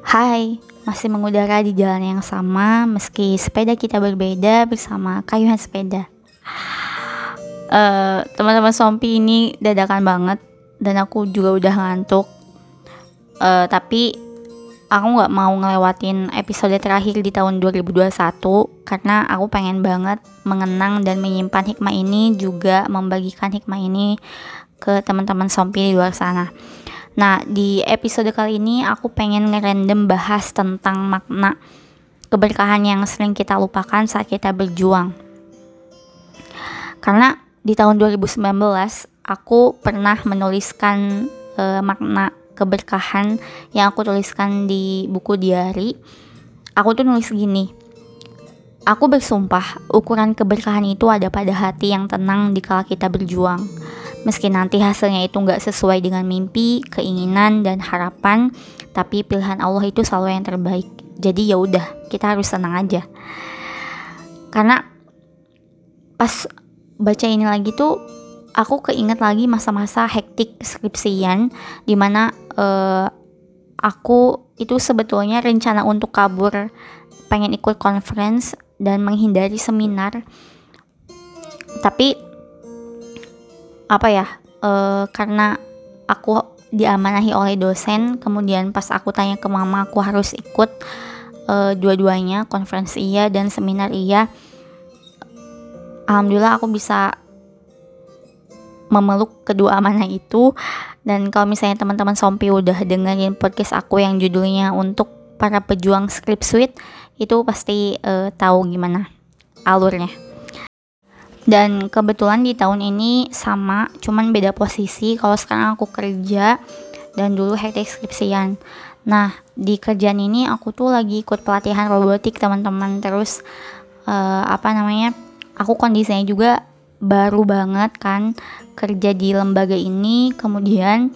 Hai, masih mengudara di jalan yang sama meski sepeda kita berbeda bersama kayuhan sepeda. Teman-teman Sompi ini dadakan banget dan aku juga udah ngantuk. Tapi aku nggak mau ngelewatin episode terakhir di tahun 2021 karena aku pengen banget mengenang dan menyimpan hikmah ini, juga membagikan hikmah ini ke teman-teman Sompi di luar sana. Nah, di episode kali ini aku pengen ngerandom bahas tentang makna keberkahan yang sering kita lupakan saat kita berjuang. Karena di tahun 2019 aku pernah menuliskan makna keberkahan yang aku tuliskan di buku diary. Aku tuh nulis gini: aku bersumpah ukuran keberkahan itu ada pada hati yang tenang dikala kita berjuang. Meski nanti hasilnya itu gak sesuai dengan mimpi, keinginan, dan harapan, tapi pilihan Allah itu selalu yang terbaik. Jadi ya udah, kita harus tenang aja. Karena pas baca ini lagi tuh, aku keinget lagi masa-masa hektik skripsian, dimana aku itu sebetulnya rencana untuk kabur, pengen ikut conference dan menghindari seminar. Tapi karena aku diamanahi oleh dosen, kemudian pas aku tanya ke mama aku harus ikut dua-duanya, conference iya dan seminar iya. Alhamdulillah aku bisa memeluk kedua amanah itu. Dan kalau misalnya teman-teman Sompi udah dengerin podcast aku yang judulnya Untuk Para Pejuang Script Suite, itu pasti tahu gimana alurnya. Dan kebetulan di tahun ini sama, cuman beda posisi. Kalau sekarang aku kerja dan dulu hektik skripsian. Nah, di kerjaan ini aku tuh lagi ikut pelatihan robotik, teman-teman. Terus aku kondisinya juga baru banget kan kerja di lembaga ini. Kemudian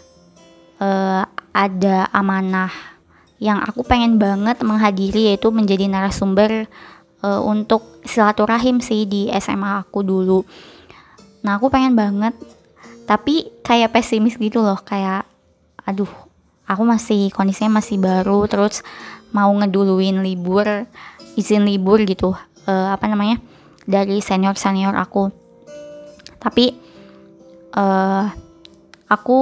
ada amanah yang aku pengen banget menghadiri, yaitu menjadi narasumber untuk silaturahim sih di SMA aku dulu. Nah, aku pengen banget, tapi kayak pesimis gitu loh, kayak aduh, aku kondisinya masih baru, terus mau ngeduluin izin libur gitu, dari senior aku. Tapi aku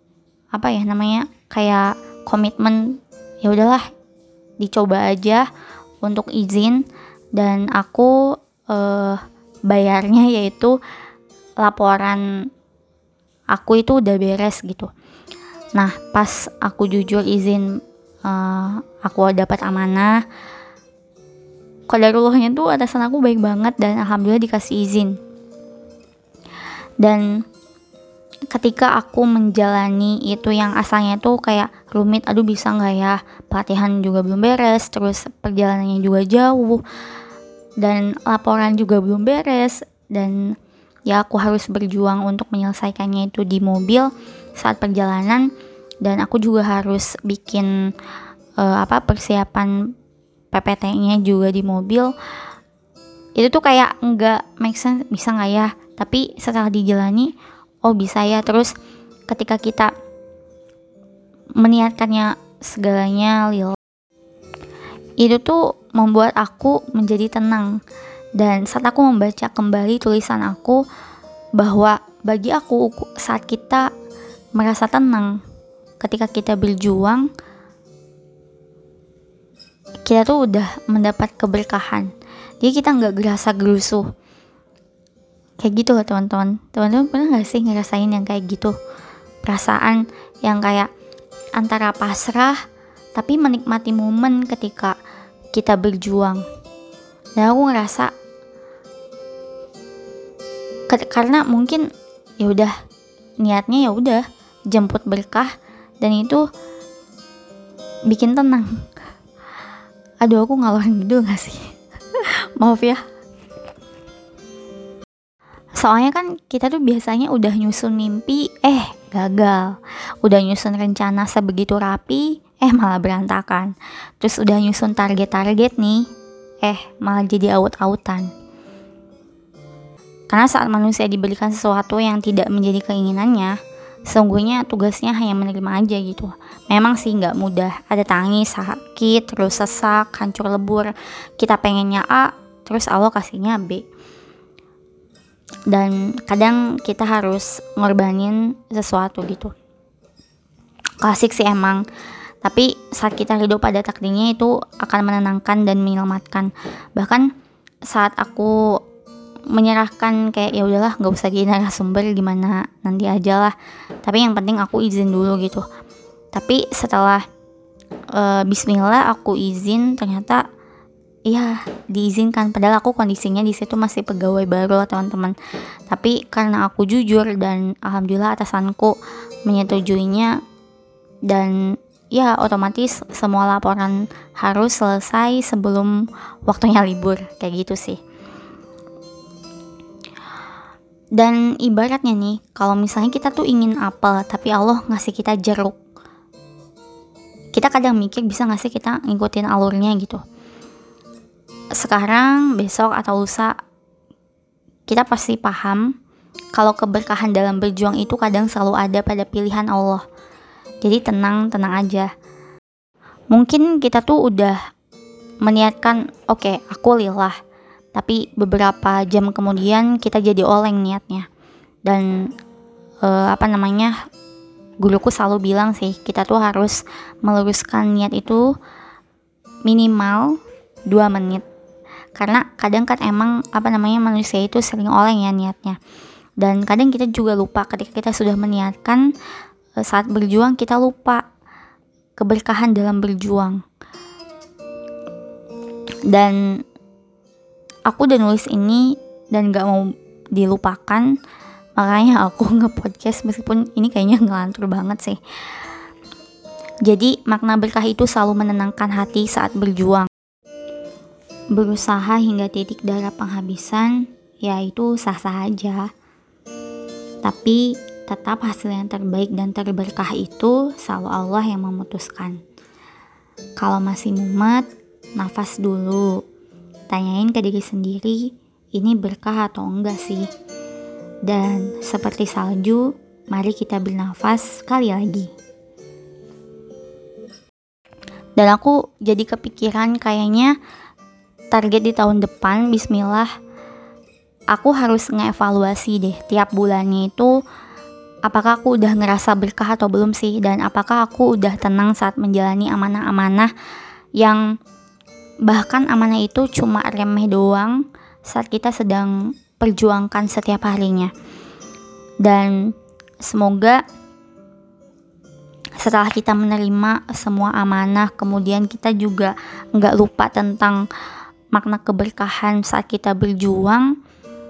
kayak komitmen, ya udahlah, dicoba aja untuk izin. Dan aku bayarnya yaitu laporan aku itu udah beres gitu. Nah, pas aku jujur izin, aku dapat amanah, qadarullahnya tuh atasan aku baik banget dan alhamdulillah dikasih izin. Dan ketika aku menjalani itu yang asalnya tuh kayak rumit, aduh bisa gak ya, pelatihan juga belum beres, terus perjalanannya juga jauh, dan laporan juga belum beres, dan ya aku harus berjuang untuk menyelesaikannya itu di mobil saat perjalanan. Dan aku juga harus bikin persiapan PPT-nya juga di mobil. Itu tuh kayak nggak make sense, bisa nggak ya? Tapi setelah dijalani, oh bisa ya. Terus ketika kita meniatkannya segalanya lillah, itu tuh membuat aku menjadi tenang. Dan saat aku membaca kembali tulisan aku, bahwa bagi aku saat kita merasa tenang ketika kita berjuang, kita tuh udah mendapat keberkahan. Jadi kita gak gerasa gerusuh. Kayak gitu loh teman-teman. Teman-teman pernah gak sih ngerasain yang kayak gitu? Perasaan yang kayak antara pasrah tapi menikmati momen ketika kita berjuang. Dan aku ngerasa karena mungkin ya udah niatnya ya udah jemput berkah, dan itu bikin tenang. Aduh, aku ngalor gitu gak sih? Maaf ya. Soalnya kan kita tuh biasanya udah nyusun mimpi, gagal. Udah nyusun rencana sebegitu rapi, malah berantakan. Terus udah nyusun target-target nih, malah jadi aut-autan. Karena saat manusia diberikan sesuatu yang tidak menjadi keinginannya, sesungguhnya tugasnya hanya menerima aja gitu. Memang sih nggak mudah, ada tangis, sakit, terus sesak, hancur lebur. Kita pengennya A, terus Allah kasihnya B. Dan kadang kita harus ngorbanin sesuatu gitu. Klasik sih emang. Tapi saat kita hidup pada takdirnya itu akan menenangkan dan menyelamatkan. Bahkan saat aku menyerahkan kayak ya udahlah nggak usah jadi narasumber, gimana nanti aja lah, tapi yang penting aku izin dulu gitu. Tapi setelah bismillah aku izin, ternyata ya diizinkan, padahal aku kondisinya di situ masih pegawai baru lah teman-teman. Tapi karena aku jujur dan alhamdulillah atasanku menyetujuinya, dan ya otomatis semua laporan harus selesai sebelum waktunya libur, kayak gitu sih. Dan ibaratnya nih, kalau misalnya kita tuh ingin apel tapi Allah ngasih kita jeruk, kita kadang mikir bisa gak sih kita ngikutin alurnya gitu. Sekarang, besok, atau lusa, kita pasti paham kalau keberkahan dalam berjuang itu kadang selalu ada pada pilihan Allah. Jadi tenang aja. Mungkin kita tuh udah meniatkan, oke, aku lillah, tapi beberapa jam kemudian kita jadi oleng niatnya. Dan guruku selalu bilang sih, kita tuh harus meluruskan niat itu minimal 2 menit. Karena kadang kan emang manusia itu sering oleng ya niatnya. Dan kadang kita juga lupa ketika kita sudah meniatkan, saat berjuang kita lupa keberkahan dalam berjuang. Dan aku udah nulis ini dan gak mau dilupakan, makanya aku nge-podcast meskipun ini kayaknya ngelantur banget sih. Jadi makna berkah itu selalu menenangkan hati saat berjuang. Berusaha hingga titik darah penghabisan, ya itu sah-sah aja. Tapi tetap hasil yang terbaik dan terberkah itu selalu Allah yang memutuskan. Kalau masih mumet, nafas dulu. Tanyain ke diri sendiri, ini berkah atau enggak sih? Dan seperti salju, mari kita bernafas sekali lagi. Dan aku jadi kepikiran kayaknya target di tahun depan, bismillah, aku harus ngeevaluasi deh tiap bulannya itu, apakah aku udah ngerasa berkah atau belum sih, dan apakah aku udah tenang saat menjalani amanah-amanah yang bahkan amanah itu cuma remeh doang saat kita sedang perjuangkan setiap harinya. Dan semoga setelah kita menerima semua amanah, kemudian kita juga gak lupa tentang makna keberkahan saat kita berjuang.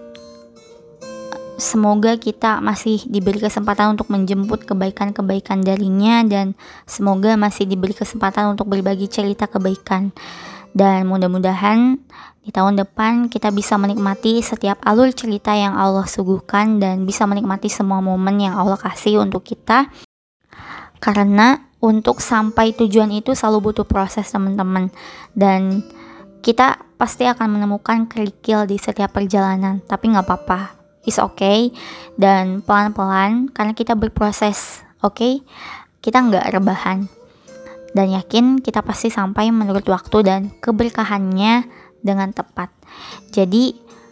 Semoga kita masih diberi kesempatan untuk menjemput kebaikan-kebaikan darinya, dan semoga masih diberi kesempatan untuk berbagi cerita kebaikan. Dan mudah-mudahan di tahun depan kita bisa menikmati setiap alur cerita yang Allah suguhkan dan bisa menikmati semua momen yang Allah kasih untuk kita. Karena untuk sampai tujuan itu selalu butuh proses teman-teman. Dan kita pasti akan menemukan kerikil di setiap perjalanan. Tapi gak apa-apa, it's okay. Dan pelan-pelan karena kita berproses, okay? Kita gak rebahan. Dan yakin kita pasti sampai menurut waktu dan keberkahannya dengan tepat. Jadi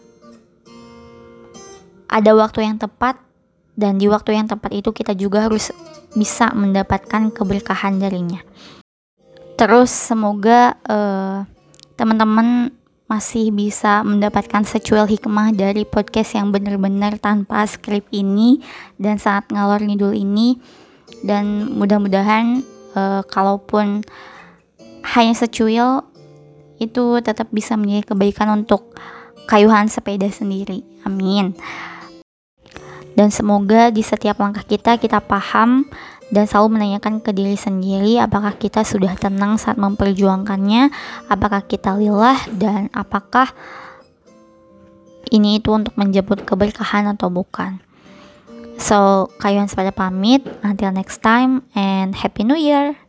ada waktu yang tepat, dan di waktu yang tepat itu kita juga harus bisa mendapatkan keberkahan darinya. Terus semoga teman-teman masih bisa mendapatkan secuil hikmah dari podcast yang benar-benar tanpa skrip ini dan sangat ngalor ngidul ini. Dan mudah-mudahan kalaupun hanya secuil, itu tetap bisa menjadi kebaikan untuk kayuhan sepeda sendiri. Amin. Dan semoga di setiap langkah kita paham dan selalu menanyakan ke diri sendiri, apakah kita sudah tenang saat memperjuangkannya, apakah kita lillah, dan apakah ini itu untuk menjemput keberkahan atau bukan. So, kayuhan sepeda pamit. Until next time and Happy New Year.